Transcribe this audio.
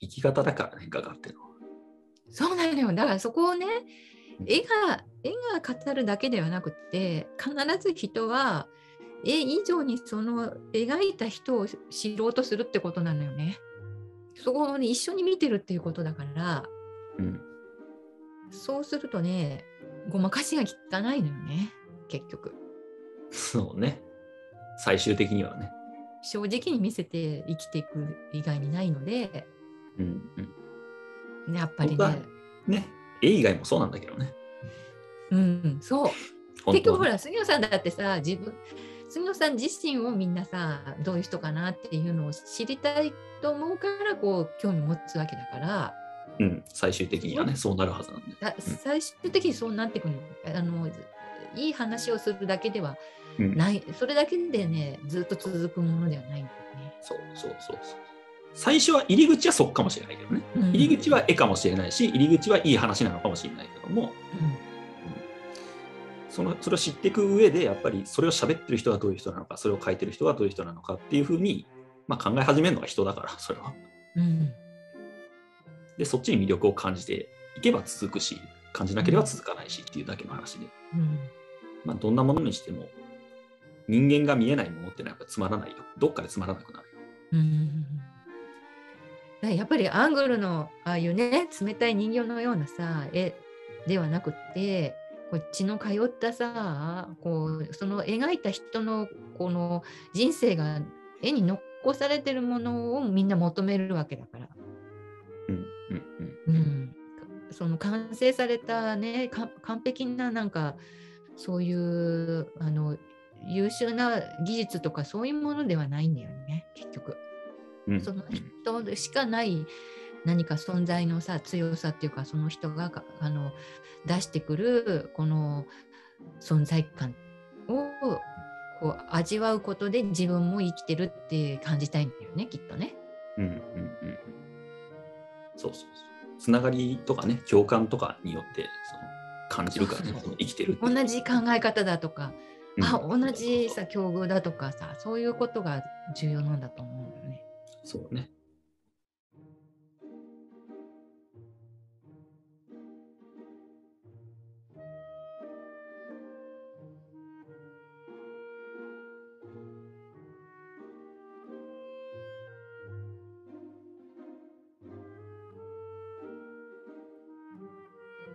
生き方だからね、画家っていうのは。 そうなのよ。だからそこをね、絵が語るだけではなくて、必ず人は絵以上にその描いた人を知ろうとするってことなのよね。そこを、ね、一緒に見てるっていうことだから、 うん、 そうするとね、ごまかしが効かないのよね、結局。 そうね。最終的にはね。 正直に見せて生きていく以外にないので、 うんうん、 やっぱりね。 ね、絵以外もそうなんだけどね。 うん、そう。 本当はね、 結局ほら、杉野さんだってさ、杉野さん自身をみんなさ、どういう人かなっていうのを知りたいと思うから、こう、興味持つわけだから、 うん、最終的にはね、そうなるはずなんで。 最終的にそうなってくるの。いい話をするだけではない、それだけでね、ずっと続くものではないんだよね。 そう。最初は入り口はそっかもしれないけどね。入り口は絵かもしれないし、入り口はいい話なのかもしれないけども、それを知っていく上で、やっぱりそれを喋ってる人はどういう人なのか、それを書いてる人はどういう人なのかっていうふうに、まあ、考え始めるのが人だから、それは。で、そっちに魅力を感じていけば続くし、感じなければ続かないしっていうだけの話で。まあ、どんなものにしても、人間が見えないものってのはやっぱつまらないよ。どっかでつまらなくなるよ。 やっぱりアングルのああいうね、冷たい人形のようなさ、絵ではなくて、こう血の通ったさ、こうその描いた人のこの人生が絵に残されてるものをみんな求めるわけだから。その完成されたね、完璧ななんかそういう優秀な技術とかそういうものではないんだよね、結局。その人しかない何か存在のさ強さっていうか、その人が出してくるこの存在感をこう味わうことで自分も生きてるって感じたいんだよね、きっとね。 そう。つながりとかね、共感とかによってその感じるからね、その生きてるって。 同じ考え方だとか、同じさ境遇だとかさ、そういうことが重要なんだと思うんだよね。 そうね。